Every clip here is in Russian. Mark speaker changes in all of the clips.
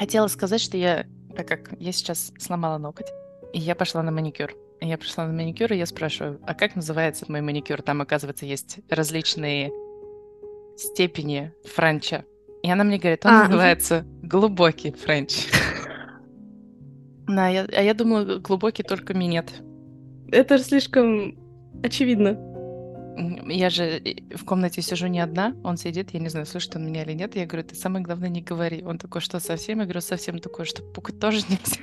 Speaker 1: Хотела сказать, что так как я сейчас сломала ноготь, и я пошла на маникюр. И я пришла на маникюр, и я спрашиваю, а как называется мой маникюр? Там, оказывается, есть различные степени френча. И она мне говорит, он
Speaker 2: Мгм.
Speaker 1: называется глубокий френч. А я думала, глубокий только минет.
Speaker 2: Это же слишком очевидно.
Speaker 1: Я же в комнате сижу не одна, он сидит, я не знаю, слышит он меня или нет. Я говорю, ты самое главное не говори. Он такой, что совсем? Я говорю, совсем такое, что пукать тоже нельзя.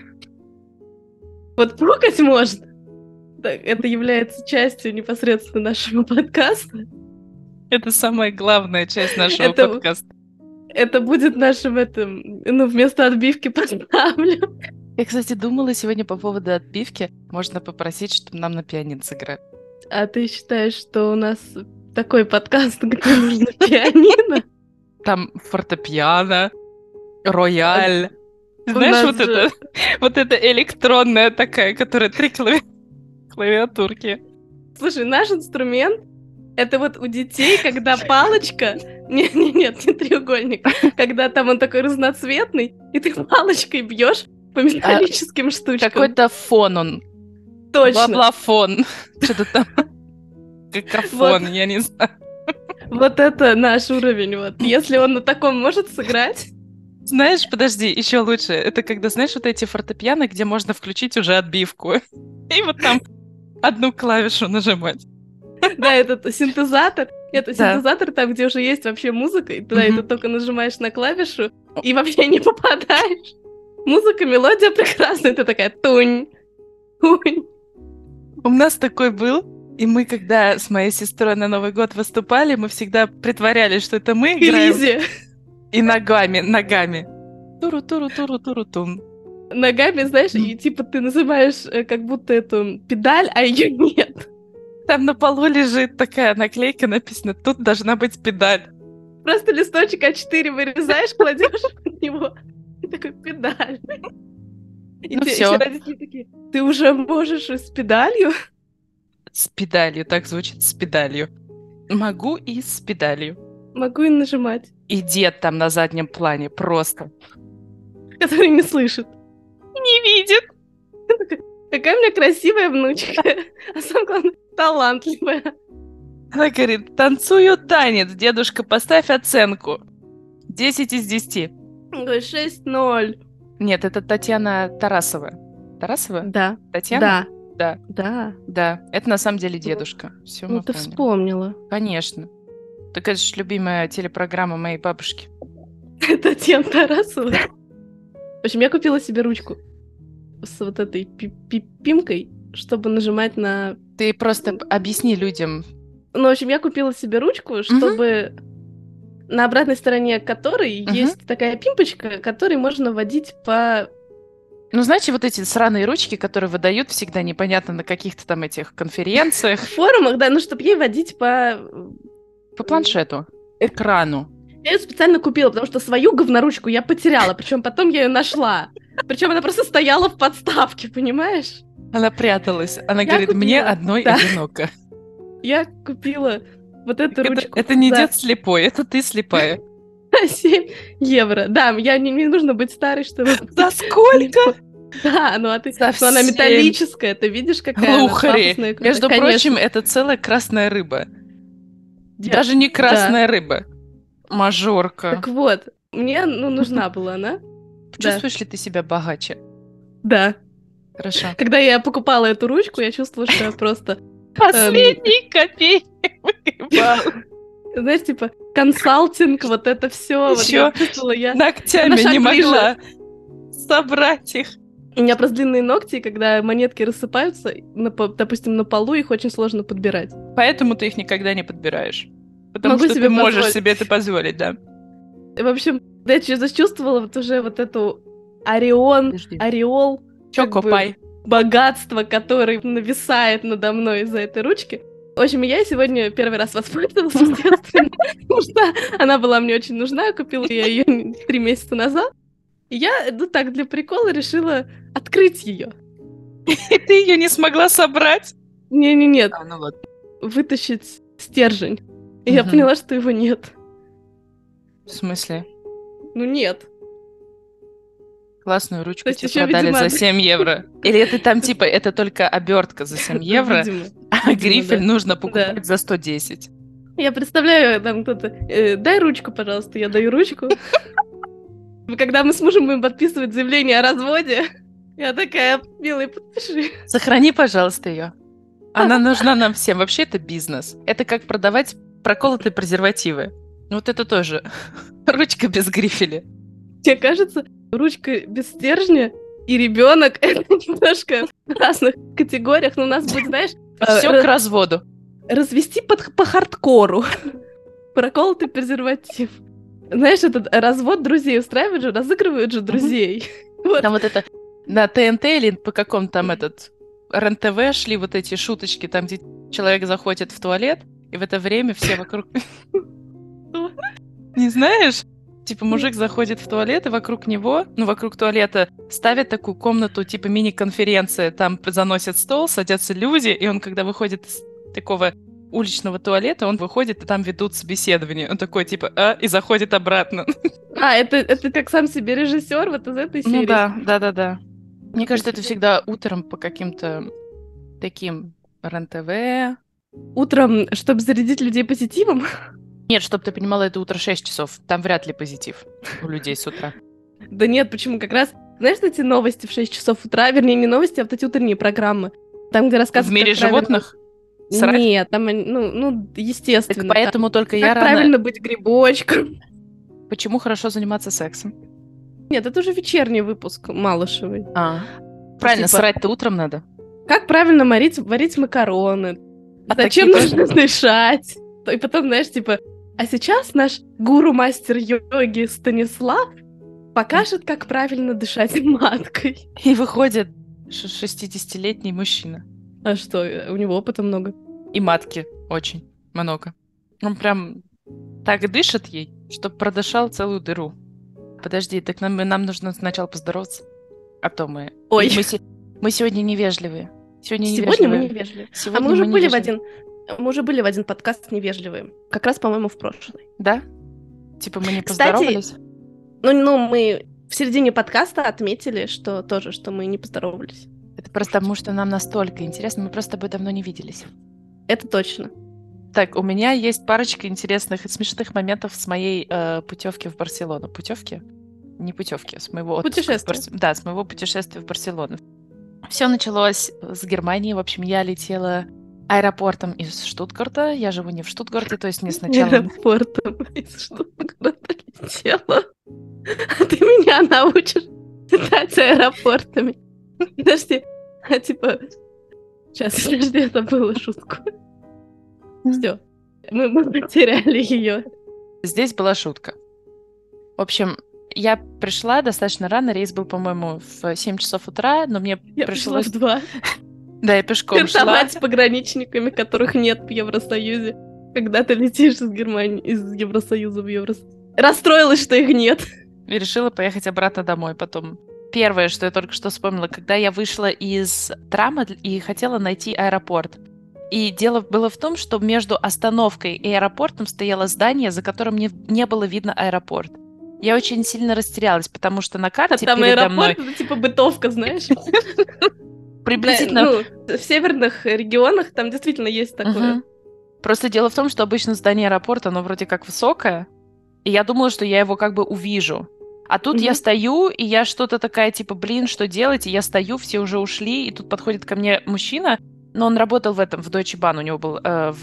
Speaker 2: Вот пукать можно. Так, это является частью непосредственно нашего подкаста.
Speaker 1: Это самая главная часть нашего
Speaker 2: Это,
Speaker 1: подкаста.
Speaker 2: это будет нашим вместо отбивки поставлю.
Speaker 1: Я, кстати, думала сегодня по поводу отбивки. Можно попросить, чтобы нам на пианино сыграли.
Speaker 2: А ты считаешь, что у нас такой подкаст, где нужно пианино?
Speaker 1: Там фортепиано, рояль.
Speaker 2: У
Speaker 1: Знаешь,
Speaker 2: нас же...
Speaker 1: вот это электронная такая, которая 3 клавиатурки.
Speaker 2: Слушай, наш инструмент — это вот у детей, когда палочка... Нет, не треугольник. Когда там он такой разноцветный, и ты палочкой бьешь по металлическим штучкам.
Speaker 1: Какой-то фон он.
Speaker 2: Точно.
Speaker 1: Бла-бла-фон. Что-то там. Какофон, я не знаю.
Speaker 2: Вот это наш уровень. Вот. Если он на таком может сыграть...
Speaker 1: Знаешь, подожди, еще лучше. Это когда, знаешь, вот эти фортепиано, где можно включить уже отбивку. И вот там одну клавишу нажимать.
Speaker 2: Да, это синтезатор. Это
Speaker 1: Да.
Speaker 2: синтезатор там, где уже есть вообще музыка, и туда это только нажимаешь на клавишу и вообще не попадаешь. Музыка, мелодия прекрасная. Ты такая тунь, тунь.
Speaker 1: У нас такой был, и мы, когда с моей сестрой на Новый год выступали, мы всегда притворялись, что это мы играем.
Speaker 2: Элизия.
Speaker 1: И ногами. Туру-туру-туру-туру-тун.
Speaker 2: Ногами, знаешь, и типа ты называешь как будто эту педаль, а ее нет.
Speaker 1: Там на полу лежит такая наклейка, написано, тут должна быть педаль.
Speaker 2: Просто листочек А4 вырезаешь, кладешь под него, и такой педаль. И
Speaker 1: Ну
Speaker 2: все
Speaker 1: все,
Speaker 2: родители такие, ты уже можешь с педалью?
Speaker 1: с педалью, так звучит, с педалью. Могу и с педалью.
Speaker 2: Могу и нажимать.
Speaker 1: И дед там на заднем плане просто
Speaker 2: Который не слышит.
Speaker 1: не видит.
Speaker 2: Какая у меня красивая внучка. А самое главное, талантливая.
Speaker 1: Она говорит, танцую танец, дедушка, поставь оценку. 10 из 10.
Speaker 2: Ой, 6-0.
Speaker 1: Нет, это Татьяна Тарасова. Тарасова?
Speaker 2: Да.
Speaker 1: Татьяна?
Speaker 2: Да.
Speaker 1: Да.
Speaker 2: Да.
Speaker 1: Это на самом деле дедушка. Все
Speaker 2: Ну,
Speaker 1: мы
Speaker 2: ты
Speaker 1: поняли.
Speaker 2: вспомнила.
Speaker 1: Конечно. Так это же любимая телепрограмма моей бабушки.
Speaker 2: Татьяна Тарасова. В общем, я купила себе ручку с вот этой пимкой, чтобы нажимать на...
Speaker 1: Ты просто объясни людям.
Speaker 2: Ну, в общем, я купила себе ручку, чтобы на обратной стороне которой есть такая пимпочка, которой можно водить по...
Speaker 1: Ну, знаете, вот эти сраные ручки, которые выдают всегда непонятно на каких-то там этих конференциях.
Speaker 2: форумах, да, ну, чтобы ей водить по...
Speaker 1: По планшету, экрану.
Speaker 2: Я ее специально купила, потому что свою говноручку я потеряла, причем потом я ее нашла. Причем она просто стояла в подставке, понимаешь?
Speaker 1: Она пряталась. Она говорит,
Speaker 2: купила,
Speaker 1: мне одной
Speaker 2: да.
Speaker 1: одиноко.
Speaker 2: Я купила вот эту ручку.
Speaker 1: Это не дед слепой, это ты слепая.
Speaker 2: 7 евро. Да, не нужно быть старой, чтобы...
Speaker 1: За сколько?
Speaker 2: Да, ну а ты...
Speaker 1: За
Speaker 2: Ну она
Speaker 1: 7.
Speaker 2: металлическая, ты видишь, какая она пафосная.
Speaker 1: Между
Speaker 2: Конечно.
Speaker 1: прочим, это целая красная рыба. Даже не красная рыба. Мажорка.
Speaker 2: Так вот, мне нужна была она.
Speaker 1: Чувствуешь ли ты себя богаче?
Speaker 2: Да.
Speaker 1: Хорошо.
Speaker 2: Когда я покупала эту ручку, я чувствовала, что я просто...
Speaker 1: Последние копейки выгребала.
Speaker 2: Знаешь, типа, консалтинг, вот это все.
Speaker 1: Еще
Speaker 2: Вот я
Speaker 1: ногтями не могла собрать их.
Speaker 2: У меня просто длинные ногти, и когда монетки рассыпаются, допустим, на полу их очень сложно подбирать.
Speaker 1: Поэтому ты их никогда не подбираешь. Потому
Speaker 2: Могу
Speaker 1: что
Speaker 2: себе
Speaker 1: ты можешь
Speaker 2: позволить.
Speaker 1: себе это позволить, да.
Speaker 2: В общем, я зачувствовала вот уже вот эту ореол,
Speaker 1: Чокопай.
Speaker 2: Богатство, который нависает надо мной из-за этой ручки. В общем, я сегодня первый раз воспользовалась, естественно, потому что она была мне очень нужна, купила я ее 3 месяца назад. И я, так, для прикола решила открыть ее.
Speaker 1: И ты ее не смогла собрать?
Speaker 2: Нет.
Speaker 1: Ну ладно.
Speaker 2: Вытащить стержень. И я поняла, что его нет.
Speaker 1: В смысле?
Speaker 2: Ну нет.
Speaker 1: Классную
Speaker 2: То
Speaker 1: ручку
Speaker 2: есть
Speaker 1: тебе
Speaker 2: еще,
Speaker 1: продали
Speaker 2: видимо,
Speaker 1: за 7 евро. Или это там типа, это только обертка за 7 евро,
Speaker 2: видимо,
Speaker 1: а грифель
Speaker 2: да.
Speaker 1: нужно
Speaker 2: Да.
Speaker 1: покупать за 110.
Speaker 2: Я представляю, там кто-то, дай ручку, пожалуйста, я даю ручку. Когда мы с мужем будем подписывать заявление о разводе, я такая, милый, подпиши.
Speaker 1: Сохрани, пожалуйста, ее. Она нужна нам всем. Вообще это бизнес. Это как продавать проколотые презервативы. Вот это тоже ручка без грифеля.
Speaker 2: Тебе кажется, ручка без стержня и ребенок это немножко в разных категориях, но у нас будет, знаешь,
Speaker 1: Все к разводу.
Speaker 2: развести по хардкору. Проколотый презерватив. Знаешь, этот развод друзей устраивают же, разыгрывают же друзей. Вот.
Speaker 1: Там вот это на ТНТ или по какому там этот РЕН-ТВ шли вот эти шуточки, там, где человек заходит в туалет, и в это время все вокруг... Не знаешь? Типа мужик заходит в туалет, и вокруг него, ну, вокруг туалета ставят такую комнату, типа мини-конференция, там заносят стол, садятся люди, и он, когда выходит из такого уличного туалета, он выходит, и там ведут собеседование. Он такой, типа, и заходит обратно.
Speaker 2: Это как сам себе режиссер вот из этой серии.
Speaker 1: Ну да. Мне кажется, это всегда утром по каким-то таким РЕН-ТВ.
Speaker 2: Утром, чтобы зарядить людей позитивом?
Speaker 1: Нет, чтобы ты понимала, это утро 6 часов. Там вряд ли позитив у людей с утра.
Speaker 2: Да нет, почему? Как раз, знаешь, эти новости в 6 часов утра, вернее, не новости, а вот эти утренние программы, там, где рассказывают...
Speaker 1: В мире
Speaker 2: как правильно-
Speaker 1: животных? Срать?
Speaker 2: Нет, там, естественно.
Speaker 1: Так поэтому только я
Speaker 2: Как
Speaker 1: рано...
Speaker 2: правильно быть грибочком.
Speaker 1: Почему хорошо заниматься сексом?
Speaker 2: Нет, это уже вечерний выпуск Малышевой.
Speaker 1: Правильно,
Speaker 2: типа-
Speaker 1: срать-то утром надо.
Speaker 2: Как правильно варить макароны?
Speaker 1: А
Speaker 2: Зачем
Speaker 1: такие
Speaker 2: нужно дышать? И потом, знаешь, типа, а сейчас наш гуру-мастер йоги Станислав покажет, как правильно дышать маткой.
Speaker 1: И выходит 60-летний мужчина.
Speaker 2: А что, у него опыта много?
Speaker 1: И матки очень много. Он прям так дышит ей, чтобы продышал целую дыру. Подожди, так нам нужно сначала поздороваться. А то мы...
Speaker 2: Ой.
Speaker 1: Мы сегодня невежливые.
Speaker 2: Сегодня мы невежливые.
Speaker 1: Сегодня
Speaker 2: А мы уже были
Speaker 1: невежливые.
Speaker 2: мы уже были в один подкаст невежливые. Как раз, по-моему, в прошлый.
Speaker 1: Да? Типа мы не
Speaker 2: Кстати,
Speaker 1: поздоровались?
Speaker 2: Ну, мы в середине подкаста отметили, что мы не поздоровались.
Speaker 1: Это просто потому, что нам настолько интересно. Мы просто с тобой давно не виделись.
Speaker 2: Это точно.
Speaker 1: Так, у меня есть парочка интересных и смешных моментов с моей путевки в Барселону. Путевки? Не путевки, с моего отпуска.
Speaker 2: Путешествия.
Speaker 1: Да, с моего путешествия в Барселону. Все началось с Германии. В общем, я летела аэропортом из Штутгарта. Я живу не в Штутгарте, то есть мне сначала...
Speaker 2: Аэропортом из Штутгарта летела. А ты меня научишь летать аэропортами. Подожди, типа... Сейчас, подожди, я забыла шутку. Все, мы потеряли ее.
Speaker 1: Здесь была шутка. В общем, я пришла достаточно рано, рейс был, по-моему, в 7 часов утра, но мне
Speaker 2: Я
Speaker 1: пришлось...
Speaker 2: пришла в 2.
Speaker 1: Да, я пешком шла.
Speaker 2: Кантовать с пограничниками, которых нет в Евросоюзе. Когда ты летишь из Германии, из Евросоюза в Евросоюз. Расстроилась, что их нет.
Speaker 1: И решила поехать обратно домой потом. Первое, что я только что вспомнила, когда я вышла из трама и хотела найти аэропорт. И дело было в том, что между остановкой и аэропортом стояло здание, за которым не было видно аэропорт. Я очень сильно растерялась, потому что на карте
Speaker 2: Там
Speaker 1: передо
Speaker 2: аэропорт,
Speaker 1: мной...
Speaker 2: это типа бытовка, знаешь?
Speaker 1: Приблизительно...
Speaker 2: Ну, в северных регионах там действительно есть такое.
Speaker 1: Мгм. Просто дело в том, что обычно здание аэропорта, оно вроде как высокое, и я думала, что я его как бы увижу. А тут я
Speaker 2: Мгм.
Speaker 1: стою, и я что-то такая, типа, блин, что делать? И я стою, все уже ушли, и тут подходит ко мне мужчина, но он работал в Deutsche Bahn, у него был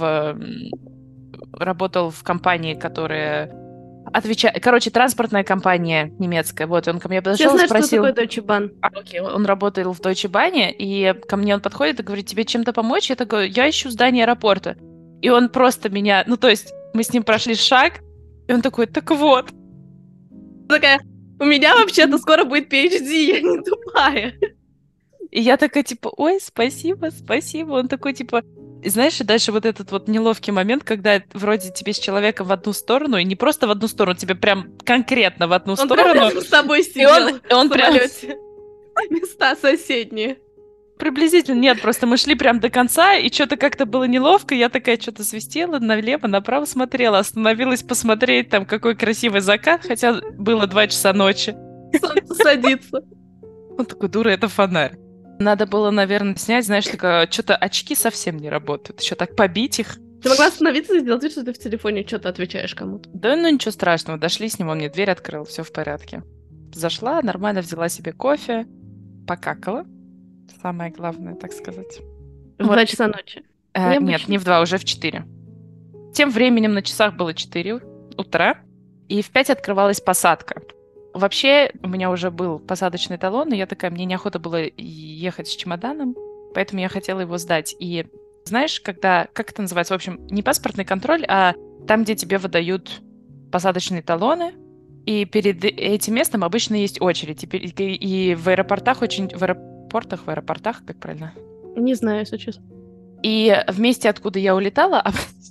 Speaker 1: работал в компании, которая отвечает... Короче, транспортная компания немецкая. Вот, и он ко мне
Speaker 2: Я
Speaker 1: подошел и
Speaker 2: знаю, что
Speaker 1: спросил...
Speaker 2: такое Deutsche Bahn.
Speaker 1: Окей, он работал в Deutsche Bahn, и ко мне он подходит и говорит, тебе чем-то помочь? Я такой, я ищу здание аэропорта. И он просто меня... Ну, то есть, мы с ним прошли шаг, и он такой, так вот.
Speaker 2: Такая, у меня вообще-то скоро будет PhD, я не тупая.
Speaker 1: И я такая, типа, ой, спасибо, спасибо. Он такой, типа... И знаешь, и дальше вот этот вот неловкий момент, когда вроде тебе с человеком в одну сторону, и не просто в одну сторону, тебе прям конкретно в одну
Speaker 2: Он прям
Speaker 1: сторону.
Speaker 2: рядом с тобой
Speaker 1: И
Speaker 2: сидел
Speaker 1: он
Speaker 2: в
Speaker 1: прям...
Speaker 2: самолете. Места соседние.
Speaker 1: Приблизительно, нет, просто мы шли прям до конца, и что-то как-то было неловко, я такая что-то свистела, налево, направо смотрела, остановилась посмотреть там, какой красивый закат, хотя было 2 часа ночи.
Speaker 2: Солнце садится.
Speaker 1: Он такой, дура, это фонарь. Надо было, наверное, снять, знаешь, что-то очки совсем не работают. Еще так побить их.
Speaker 2: Ты могла остановиться и сделать вид, что ты в телефоне что-то отвечаешь кому-то.
Speaker 1: Да, ну ничего страшного. Дошли с ним, он мне дверь открыл, все в порядке. Зашла, нормально взяла себе кофе, покакала. Самое главное, так сказать.
Speaker 2: В 2 часа ночи.
Speaker 1: Нет, не в 2, уже в 4. Тем временем на часах было 4 утра, и в 5 открывалась посадка. Вообще, у меня уже был посадочный талон, и я такая, мне неохота было ехать с чемоданом, поэтому я хотела его сдать. И знаешь, когда, как это называется, в общем, не паспортный контроль, а там, где тебе выдают посадочные талоны, и перед этим местом обычно есть очередь. И в аэропортах В аэропортах, как правильно?
Speaker 2: Не знаю, если честно.
Speaker 1: И в месте, откуда я улетала...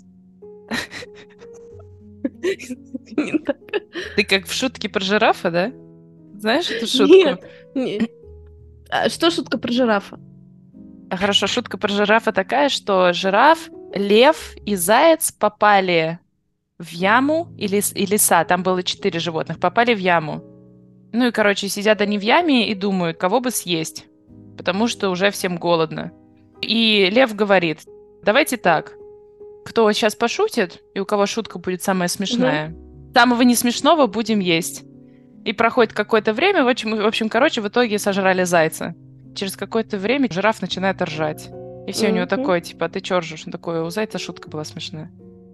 Speaker 1: Ты как в шутке про жирафа, да? Знаешь эту шутку?
Speaker 2: Нет. А что шутка про жирафа?
Speaker 1: Хорошо, шутка про жирафа такая, что жираф, лев и заяц попали в яму и лиса. Там было 4 животных, попали в яму. Ну и, короче, сидят они в яме и думают, кого бы съесть, потому что уже всем голодно. И лев говорит, давайте так, кто сейчас пошутит, и у кого шутка будет самая смешная, самого не смешного будем есть. И проходит какое-то время, в общем, короче, в итоге сожрали зайца. Через какое-то время жираф начинает ржать. И все у него такое, типа, а ты чё ржешь? Он такой, у зайца шутка была смешная.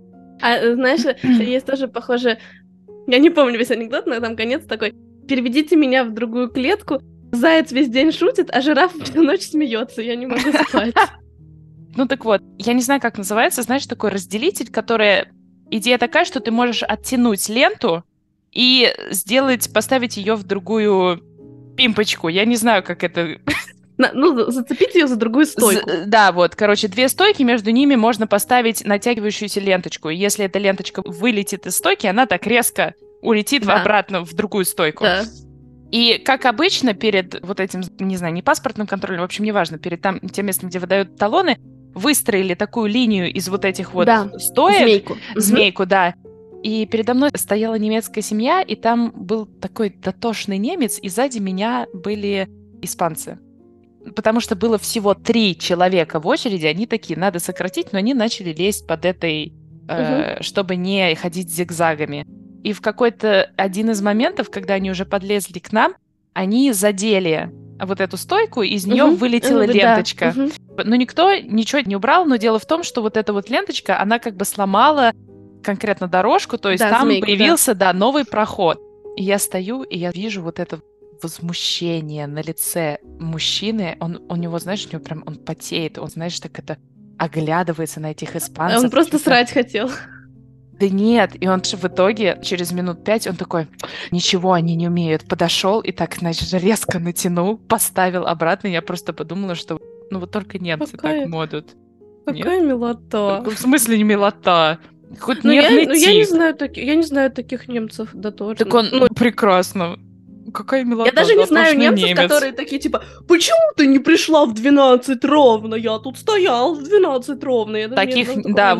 Speaker 2: А знаешь, есть тоже похоже... Я не помню весь анекдот, но там конец такой. Переведите меня в другую клетку. Заяц весь день шутит, а жираф всю ночь смеется. Я не могу спать.
Speaker 1: Ну так вот, я не знаю, как называется, знаешь, такой разделитель, который... Идея такая, что ты можешь оттянуть ленту и поставить ее в другую пимпочку. Я не знаю, как это...
Speaker 2: Зацепить ее за другую стойку.
Speaker 1: Да, вот, короче, 2 стойки, между ними можно поставить натягивающуюся ленточку. И если эта ленточка вылетит из стойки, она так резко улетит обратно в другую стойку.
Speaker 2: Да.
Speaker 1: И, как обычно, перед вот этим, не знаю, не паспортным контролем, в общем, неважно, перед тем местом, где выдают талоны, выстроили такую линию из вот этих вот стоек. Змейку, да. И передо мной стояла немецкая семья, и там был такой дотошный немец, и сзади меня были испанцы. Потому что было всего 3 человека в очереди, они такие, надо сократить, но они начали лезть под этой, чтобы не ходить зигзагами. И в какой-то один из моментов, когда они уже подлезли к нам, они задели вот эту стойку, из нее вылетела ленточка. Но никто ничего не убрал, но дело в том, что вот эта вот ленточка, она как бы сломала конкретно дорожку, то есть там появился, новый проход. И я стою, и я вижу вот это возмущение на лице мужчины. У него, знаешь, он потеет, он, знаешь, так это оглядывается на этих испанцев.
Speaker 2: Он просто срать хотел.
Speaker 1: Да нет, и он в итоге через минут 5 он такой, ничего они не умеют, подошел и так, значит, резко натянул, поставил обратно. Я просто подумала, что вот только немцы так модут.
Speaker 2: Какая милота.
Speaker 1: В смысле не милота? Хоть нервный тип.
Speaker 2: Я не знаю таких немцев, да точно.
Speaker 1: Так он прекрасно. Какая милота.
Speaker 2: Я даже не знаю немцев, которые такие, типа, почему ты не пришла в 12 ровно? Я тут стоял в 12 ровно.
Speaker 1: Таких, да,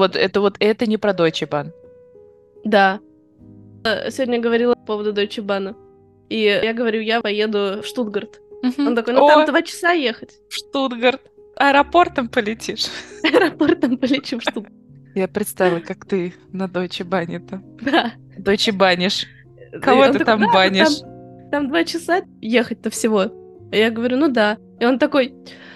Speaker 1: это не про Deutsche Bahn.
Speaker 2: Да. Сегодня говорила по поводу Deutsche Bahn. И я говорю, я поеду в Штутгарт. Он такой, там 2 часа ехать.
Speaker 1: В Штутгарт. Аэропортом полетишь.
Speaker 2: Аэропортом полечу в Штутгарт.
Speaker 1: Я представила, как ты на Deutsche Bahn-то.
Speaker 2: Да.
Speaker 1: Deutsche Bahn-ишь. Кого ты там банишь?
Speaker 2: Там 2 часа ехать-то всего. Я говорю, да. И он такой,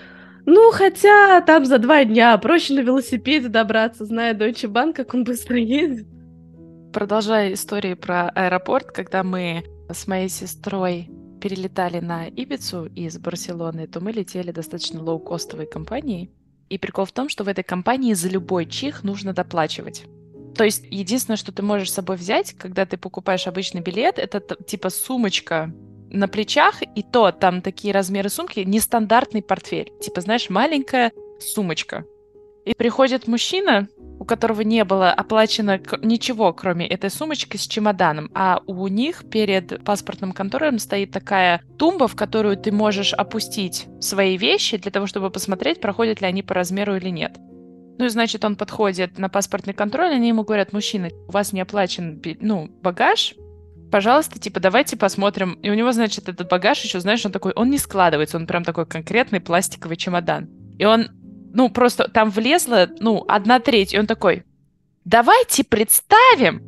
Speaker 2: хотя там за 2 дня проще на велосипеде добраться, зная Deutsche Bahn, как он быстро едет.
Speaker 1: Продолжая истории про аэропорт, когда мы с моей сестрой перелетали на Ибицу из Барселоны, то мы летели достаточно лоукостовой компанией. И прикол в том, что в этой компании за любой чих нужно доплачивать. То есть единственное, что ты можешь с собой взять, когда ты покупаешь обычный билет, это типа сумочка на плечах, и то там такие размеры сумки, нестандартный портфель. Типа, знаешь, маленькая сумочка. И приходит мужчина, у которого не было оплачено ничего, кроме этой сумочки с чемоданом, а у них перед паспортным контролем стоит такая тумба, в которую ты можешь опустить свои вещи для того, чтобы посмотреть, проходят ли они по размеру или нет. Ну и, значит, он подходит на паспортный контроль, они ему говорят, мужчина, у вас не оплачен багаж, пожалуйста, типа, давайте посмотрим. И у него, значит, этот багаж еще, знаешь, он такой, он не складывается, он прям такой конкретный пластиковый чемодан. И он, ну, просто там влезла, ну, 1/3, и он такой, давайте представим,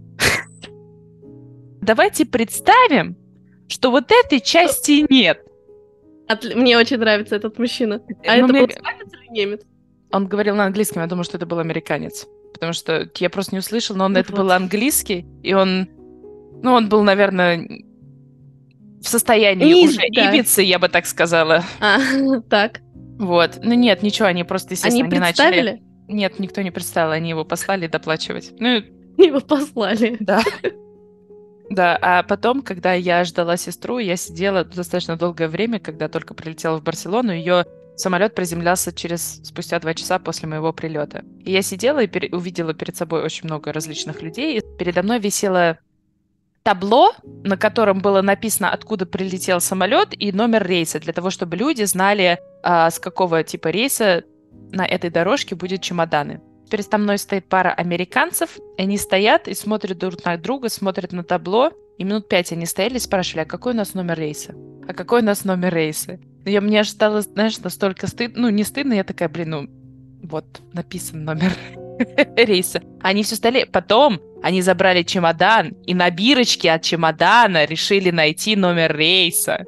Speaker 1: что вот этой части нет.
Speaker 2: Мне очень нравится этот мужчина. А
Speaker 1: Ну,
Speaker 2: это
Speaker 1: мне-
Speaker 2: был испанец или немец?
Speaker 1: Он говорил на английском, я думаю, что это был американец. Потому что я просто не услышала, но это
Speaker 2: Вот.
Speaker 1: был английский, и он, ну, он был, наверное, в состоянии уже
Speaker 2: Да.
Speaker 1: ибицы, я бы так сказала.
Speaker 2: Так.
Speaker 1: Вот. Ну нет, ничего, они просто,
Speaker 2: Они
Speaker 1: естественно, не начали...
Speaker 2: представили?
Speaker 1: Нет, никто не представил, они его послали доплачивать. Ну,
Speaker 2: Его послали.
Speaker 1: да. Да, а потом, когда я ждала сестру, я сидела достаточно долгое время, когда только прилетела в Барселону, ее самолет приземлялся спустя 2 часа после моего прилета. И я сидела и увидела перед собой очень много различных людей. И передо мной висело табло, на котором было написано, откуда прилетел самолет и номер рейса, для того, чтобы люди знали, с какого типа рейса на этой дорожке будет чемоданы. Передо мной стоит пара американцев, и они стоят и смотрят друг на друга, смотрят на табло, и минут 5 они стояли и спрашивали, а какой у нас номер рейса? А какой у нас номер рейса? Мне аж стало, знаешь, настолько стыдно, ну, не стыдно, я такая, блин, ну, вот, написан номер рейса. Они все стали, потом они забрали чемодан, и на бирочке от чемодана решили найти номер рейса.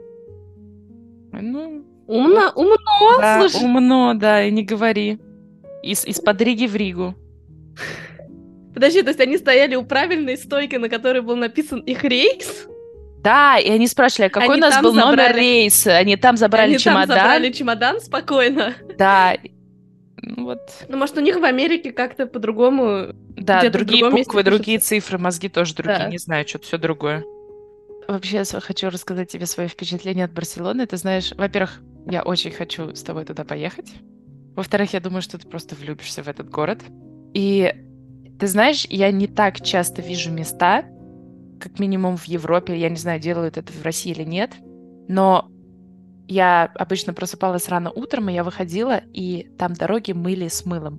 Speaker 1: Ну,
Speaker 2: Умно,
Speaker 1: да,
Speaker 2: слушай.
Speaker 1: умно, да, и не говори. Из-под Риги в Ригу.
Speaker 2: Подожди, то есть они стояли у правильной стойки, на которой был написан их рейс?
Speaker 1: Да, и они спрашивали, а какой
Speaker 2: Они
Speaker 1: у нас
Speaker 2: там
Speaker 1: был номер
Speaker 2: забрали-
Speaker 1: рейса? Они там забрали
Speaker 2: Они там
Speaker 1: чемодан.
Speaker 2: забрали чемодан спокойно.
Speaker 1: Да. Ну вот.
Speaker 2: Ну, может, у них в Америке как-то по-другому.
Speaker 1: Да,
Speaker 2: Где-то в
Speaker 1: другие
Speaker 2: другом месте
Speaker 1: буквы, другие
Speaker 2: пишется.
Speaker 1: цифры, мозги тоже другие,
Speaker 2: Да.
Speaker 1: не знаю, что-то все другое. Вообще, я хочу рассказать тебе свои впечатления от Барселоны. Ты знаешь, во-первых, я очень хочу с тобой туда поехать. Во-вторых, я думаю, что ты просто влюбишься в этот город. И ты знаешь, я не так часто вижу места, как минимум в Европе. Я не знаю, делают это в России или нет. Но я обычно просыпалась рано утром, и я выходила, и там дороги мыли с мылом.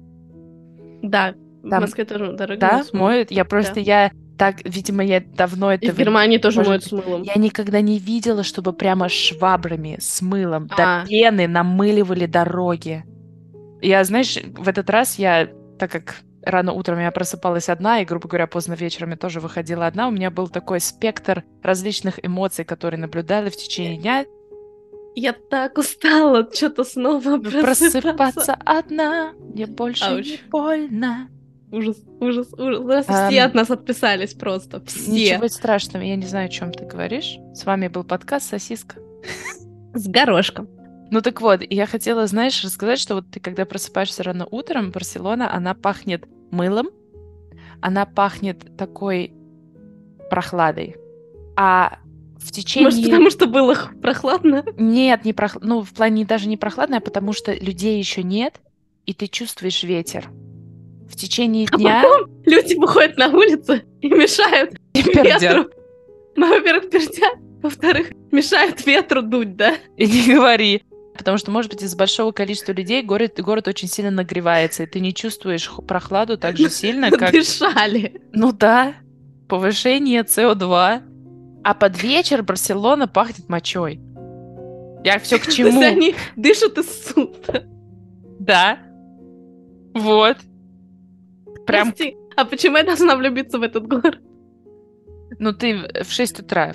Speaker 2: Да, в
Speaker 1: Там-
Speaker 2: Москве тоже дороги
Speaker 1: Да,
Speaker 2: моют с мылом.
Speaker 1: моют. Я просто, видимо, я давно
Speaker 2: И
Speaker 1: это...
Speaker 2: в Германии тоже
Speaker 1: может
Speaker 2: моют
Speaker 1: быть,
Speaker 2: с мылом.
Speaker 1: Я никогда не видела, чтобы прямо швабрами с мылом
Speaker 2: А.
Speaker 1: до пены намыливали дороги. Я, знаешь, в этот раз так как рано утром я просыпалась одна, и, грубо говоря, поздно вечером я тоже выходила одна, у меня был такой спектр различных эмоций, которые наблюдали в течение дня.
Speaker 2: Я так устала что-то снова
Speaker 1: Просыпаться одна, мне больше
Speaker 2: Ауч.
Speaker 1: не больно.
Speaker 2: Ужас. Раз все от нас отписались просто. Все.
Speaker 1: Ничего страшного, я не знаю, о чем ты говоришь. С вами был подкаст «Сосиска».
Speaker 2: С горошком.
Speaker 1: Ну так вот, я хотела, знаешь, рассказать, что вот ты, когда просыпаешься рано утром, Барселона, она пахнет мылом, она пахнет такой прохладой. А в течение...
Speaker 2: Может, потому что было прохладно?
Speaker 1: Нет, не ну, в плане даже не прохладно, а потому что людей еще нет, и ты чувствуешь ветер. В течение дня...
Speaker 2: Люди выходят на улицу и мешают
Speaker 1: пердят.
Speaker 2: ветру. Ну, во-первых, пердят, во-вторых, мешают ветру дуть, да?
Speaker 1: И не говори. Потому что, может быть, из-за большого количества людей город очень сильно нагревается, и ты не чувствуешь прохладу так же сильно, как...
Speaker 2: Дышали.
Speaker 1: Ну да, повышение СО2. А под вечер Барселона пахнет мочой. Я все к
Speaker 2: То
Speaker 1: чему?
Speaker 2: есть они дышат и ссут.
Speaker 1: Да. Вот. Прям,
Speaker 2: Прости, а почему я должна влюбиться в этот город?
Speaker 1: ну ты в 6 утра.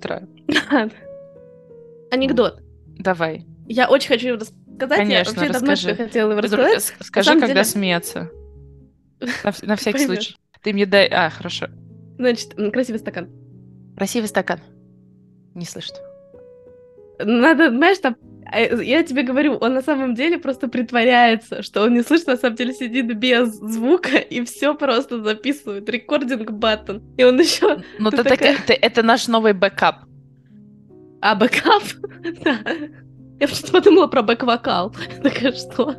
Speaker 2: Анекдот.
Speaker 1: Давай.
Speaker 2: Я очень хочу его рассказать.
Speaker 1: Конечно,
Speaker 2: Я вообще давно
Speaker 1: расскажи.
Speaker 2: тебе хотела его рассказать.
Speaker 1: Скажи,
Speaker 2: самом
Speaker 1: когда
Speaker 2: деле-
Speaker 1: смеяться. На всякий
Speaker 2: Поймёшь.
Speaker 1: случай. Ты мне дай... А, хорошо.
Speaker 2: Значит, красивый стакан.
Speaker 1: Красивый стакан. Не слышно.
Speaker 2: Надо, знаешь, там... Я тебе говорю, он на самом деле просто притворяется, что он не слышит, на самом деле сидит без звука и все просто записывает. Рекординг баттон. И он еще...
Speaker 1: Ну,
Speaker 2: Ты такая-
Speaker 1: это наш новый бэкап.
Speaker 2: А, бэкап? Да. Я почему-то подумала про бэк-вокал. Такая, что?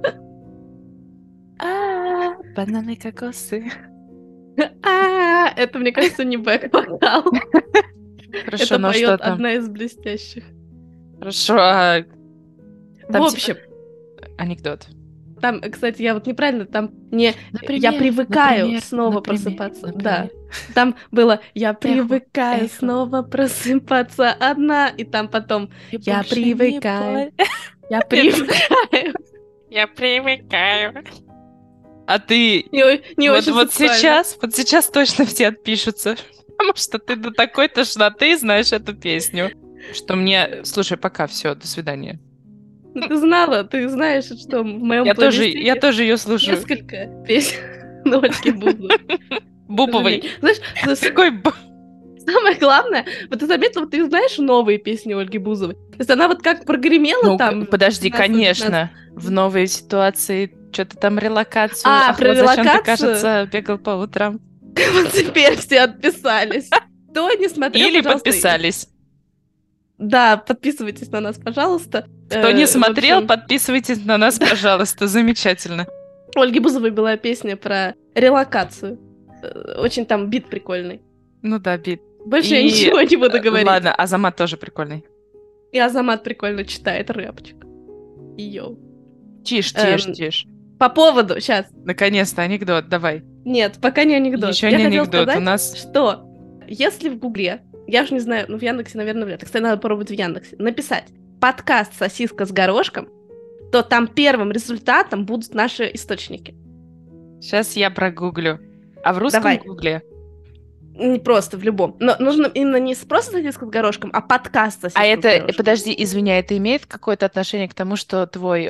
Speaker 1: Бананы, кокосы.
Speaker 2: Это, мне кажется, не бэк-вокал.
Speaker 1: Хорошо,
Speaker 2: Это
Speaker 1: ну что
Speaker 2: поет
Speaker 1: там?
Speaker 2: одна из блестящих.
Speaker 1: Хорошо, а
Speaker 2: В
Speaker 1: Там
Speaker 2: общем,
Speaker 1: анекдот.
Speaker 2: там, кстати, я вот неправильно, там не
Speaker 1: Например,
Speaker 2: я привыкаю
Speaker 1: например,
Speaker 2: снова
Speaker 1: например,
Speaker 2: просыпаться.
Speaker 1: например.
Speaker 2: Да. Там было я привыкаю
Speaker 1: эхо.
Speaker 2: снова просыпаться одна, и там потом
Speaker 1: И
Speaker 2: я
Speaker 1: больше не
Speaker 2: привыкаю.
Speaker 1: пой-
Speaker 2: Я привыкаю.
Speaker 1: Я привыкаю. А ты
Speaker 2: Не
Speaker 1: вот,
Speaker 2: очень
Speaker 1: вот
Speaker 2: сексуально.
Speaker 1: сейчас точно все отпишутся. Потому что ты до такой тошноты знаешь эту песню. Что мне... Слушай, пока, все, до свидания.
Speaker 2: Ну, ты знала, ты знаешь, что в моем
Speaker 1: Я
Speaker 2: плейлисте
Speaker 1: я тоже ее слушаю.
Speaker 2: несколько песен Ольги Бузовой.
Speaker 1: Бубовой.
Speaker 2: Знаешь,
Speaker 1: Какой
Speaker 2: самое главное, вот ты заметила, вот ты знаешь новые песни Ольги Бузовой? То есть она вот как прогремела
Speaker 1: Ну,
Speaker 2: там...
Speaker 1: подожди,
Speaker 2: 17-19.
Speaker 1: конечно. В новой ситуации что-то там релокацию.
Speaker 2: А,
Speaker 1: Ах,
Speaker 2: про
Speaker 1: вот зачем ты,
Speaker 2: релокацию?
Speaker 1: кажется, бегал по утрам.
Speaker 2: Вот теперь все отписались. Кто не смотрел,
Speaker 1: Или
Speaker 2: пожалуйста...
Speaker 1: подписались.
Speaker 2: Да, подписывайтесь на нас, пожалуйста.
Speaker 1: Кто не
Speaker 2: В
Speaker 1: смотрел,
Speaker 2: общем,
Speaker 1: подписывайтесь на нас, пожалуйста. Замечательно.
Speaker 2: у Ольги Бузовой была песня про релокацию. Очень там бит прикольный.
Speaker 1: Ну да, бит.
Speaker 2: Больше я ничего не буду говорить.
Speaker 1: Ладно, Азамат тоже прикольный.
Speaker 2: И Азамат прикольно читает рэпчик. Йоу.
Speaker 1: Тише,
Speaker 2: Эм,
Speaker 1: тише, тише.
Speaker 2: По поводу, сейчас.
Speaker 1: Наконец-то анекдот, давай.
Speaker 2: Нет, пока не анекдот.
Speaker 1: Еще
Speaker 2: Я
Speaker 1: не
Speaker 2: хотела
Speaker 1: анекдот,
Speaker 2: сказать,
Speaker 1: у нас...
Speaker 2: что если в Гугле, я уж не знаю, ну в Яндексе, наверное, вряд ли. Кстати, надо попробовать в Яндексе. Написать подкаст «Сосиска с горошком», то там первым результатом будут наши источники.
Speaker 1: Сейчас я прогуглю. А в русском
Speaker 2: Давай.
Speaker 1: гугле?
Speaker 2: Не просто, в любом. Но нужно именно не просто «Сосиска с горошком», а подкаст «Сосиска
Speaker 1: А
Speaker 2: с
Speaker 1: это,
Speaker 2: горошком».
Speaker 1: подожди, извиняй, это имеет какое-то отношение к тому, что твой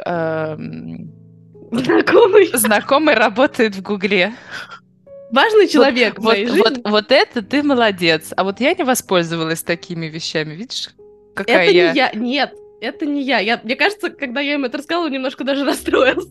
Speaker 2: Знакомый.
Speaker 1: знакомый работает в Гугле?
Speaker 2: Важный человек в моей жизни.
Speaker 1: Вот это ты молодец. А вот я не воспользовалась такими вещами. Видишь, какая
Speaker 2: Это
Speaker 1: я...
Speaker 2: не я. Нет, это не я. Мне кажется, когда я им это рассказала, он немножко даже расстроился.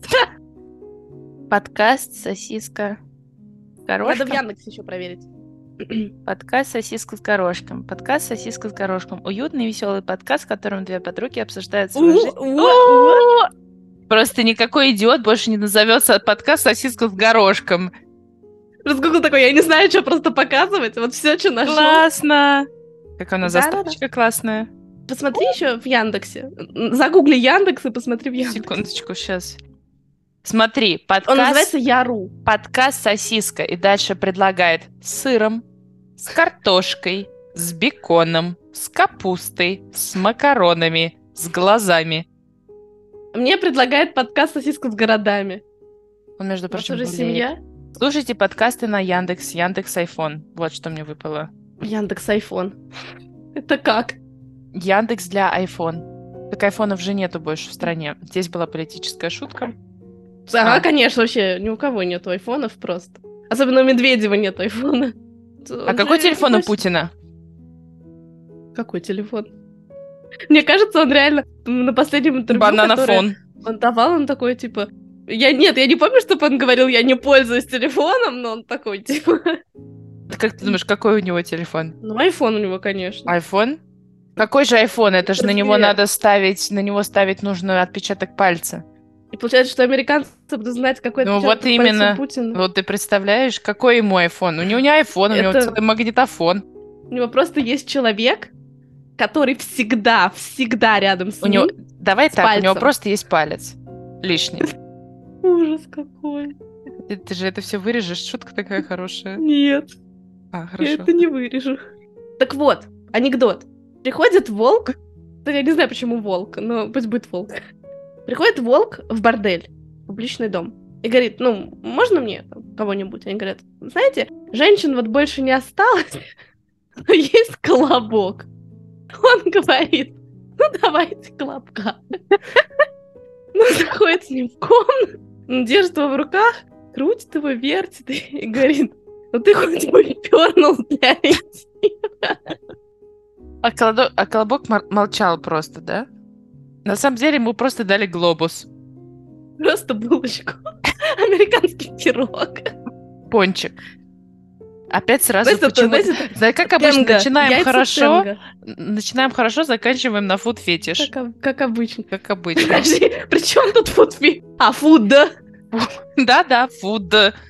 Speaker 1: Подкаст «Сосиска с
Speaker 2: Надо в
Speaker 1: горошком».
Speaker 2: Яндексе еще проверить.
Speaker 1: Подкаст «Сосиска с горошком». Подкаст «Сосиска с горошком». Уютный, веселый подкаст, в котором две подруги обсуждают свою жизнь. Просто никакой идиот больше не назовется подкаст «Сосиска с горошком».
Speaker 2: Разгугл такой, я не знаю, что просто показывать. Вот все, что нашел.
Speaker 1: Классно! Какая у нас
Speaker 2: Да-да-да.
Speaker 1: заставочка классная.
Speaker 2: Посмотри еще в Яндексе. Загугли Яндекс и посмотри в Яндексе.
Speaker 1: Секундочку, сейчас. Смотри,
Speaker 2: Он называется Яру.
Speaker 1: подкаст «Сосиска» и дальше предлагает с сыром, с картошкой, с беконом, с капустой, с макаронами, с глазами.
Speaker 2: Мне предлагает подкаст «Сосиска с городами».
Speaker 1: Он, между
Speaker 2: У вас
Speaker 1: прочим,
Speaker 2: уже
Speaker 1: болеет.
Speaker 2: семья?
Speaker 1: Слушайте подкасты на Яндекс Айфон. Вот что мне выпало.
Speaker 2: Яндекс Айфон. Это как?
Speaker 1: Яндекс для iPhone. Так айфонов же нету больше в стране. Здесь была политическая шутка.
Speaker 2: Ага, конечно, вообще ни у кого нету айфонов просто. Особенно у Медведева нет айфона.
Speaker 1: А какой телефон у Путина?
Speaker 2: Какой телефон? Мне кажется, он реально на последнем интервью,
Speaker 1: Бананофон.
Speaker 2: он давал, он такой, типа... я не помню, чтобы он говорил, я не пользуюсь телефоном, но он такой, типа...
Speaker 1: Как ты думаешь, какой у него телефон?
Speaker 2: Ну, айфон у него, конечно.
Speaker 1: Айфон? Какой же айфон? Это же на него
Speaker 2: Размер.
Speaker 1: надо ставить, на него ставить нужно отпечаток пальца.
Speaker 2: И получается, что американцы будут знать, какой
Speaker 1: Ну
Speaker 2: отпечаток
Speaker 1: вот именно.
Speaker 2: пальца у Путина.
Speaker 1: Вот ты представляешь, какой ему айфон? У него не айфон, у него
Speaker 2: Это-
Speaker 1: целый магнитофон.
Speaker 2: У него просто есть человек, который всегда рядом с
Speaker 1: У него...
Speaker 2: ним.
Speaker 1: Давай
Speaker 2: с
Speaker 1: так, у него
Speaker 2: пальцем.
Speaker 1: просто есть палец. Лишний.
Speaker 2: Ужас какой.
Speaker 1: Ты же это все вырежешь, шутка такая хорошая.
Speaker 2: Нет.
Speaker 1: А,
Speaker 2: Я
Speaker 1: хорошо.
Speaker 2: это не вырежу. Так вот, анекдот. Приходит волк. Да я не знаю, почему волк, но пусть будет волк. Приходит волк в бордель, в публичный дом. И говорит, ну, можно мне там кого-нибудь? Они говорят, знаете, женщин вот больше не осталось, но есть колобок. Он говорит, ну, давайте колобка. Ну, заходит с ним в комнату, держит его в руках, крутит его, вертит и говорит, ну ты хоть бы пернул для интима.
Speaker 1: А Колобок молчал просто, да? На самом деле ему просто дали глобус.
Speaker 2: Просто булочку. Американский пирог.
Speaker 1: Пончик. Опять сразу
Speaker 2: Знаете,
Speaker 1: почему-то... Знаешь, как обычно,
Speaker 2: тенга.
Speaker 1: начинаем
Speaker 2: Яйца
Speaker 1: хорошо,
Speaker 2: тенга.
Speaker 1: заканчиваем на фуд-фетиш.
Speaker 2: Как обычно.
Speaker 1: Как обычно.
Speaker 2: Подожди, при чем тут фуд-фи? А, фуд, да?
Speaker 1: Да-да, фуд.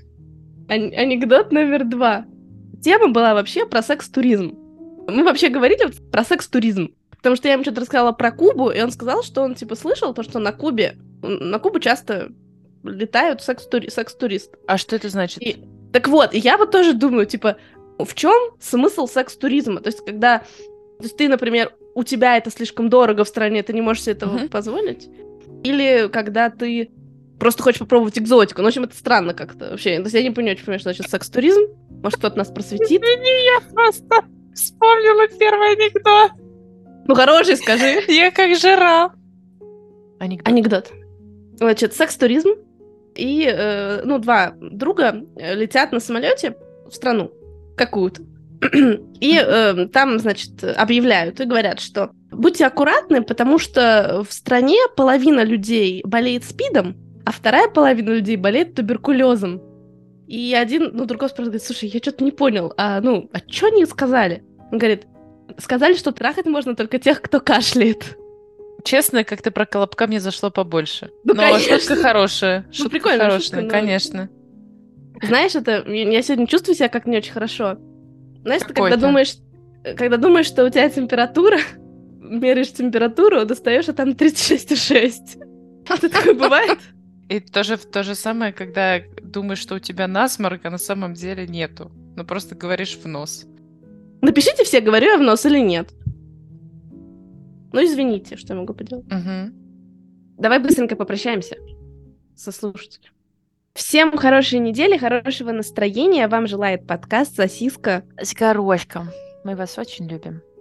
Speaker 2: Анекдот номер 2. Тема была вообще про секс-туризм. Мы вообще говорили про секс-туризм. Потому что я ему что-то рассказала про Кубу, и он сказал, что он, типа, слышал то, что на Кубу часто летают секс-туристы.
Speaker 1: А что это значит?
Speaker 2: Так вот, я вот тоже думаю, типа, в чем смысл секс-туризма? То есть, когда ты, например, у тебя это слишком дорого в стране, ты не можешь себе этого позволить? Или когда ты просто хочешь попробовать экзотику? Ну, в общем, это странно как-то вообще. То есть я не очень понимаю, что значит секс-туризм. Может, кто-то нас просветит?
Speaker 1: Извини, я просто вспомнила первый анекдот.
Speaker 2: Ну, хороший, скажи.
Speaker 1: Я как жира.
Speaker 2: Анекдот. Значит, секс-туризм. И, два друга летят на самолете в страну какую-то. И там, значит, объявляют и говорят, что будьте аккуратны, потому что в стране половина людей болеет СПИДом, а вторая половина людей болеет туберкулезом. И один, другой спрашивает, слушай, я что-то не понял, а что они сказали? Он говорит, сказали, что трахать можно только тех, кто кашляет.
Speaker 1: Честно, как ты про Колобка мне зашло побольше.
Speaker 2: Конечно.
Speaker 1: Шутка хорошая.
Speaker 2: Прикольно,
Speaker 1: хорошая, конечно.
Speaker 2: Знаешь, я сегодня чувствую себя как не очень хорошо. Знаешь, ты когда думаешь, что у тебя температура, меряешь температуру, достаешь, а там 36,6. Это такое бывает?
Speaker 1: И то же самое, когда думаешь, что у тебя насморк, а на самом деле нету. Просто говоришь в нос.
Speaker 2: Напишите все, говорю я в нос или нет. Извините, что я могу поделать.
Speaker 1: Угу.
Speaker 2: Давай быстренько попрощаемся со слушателем. Всем хорошей недели, хорошего настроения. Вам желает подкаст «Сосиска
Speaker 1: с горошком». Мы вас очень любим.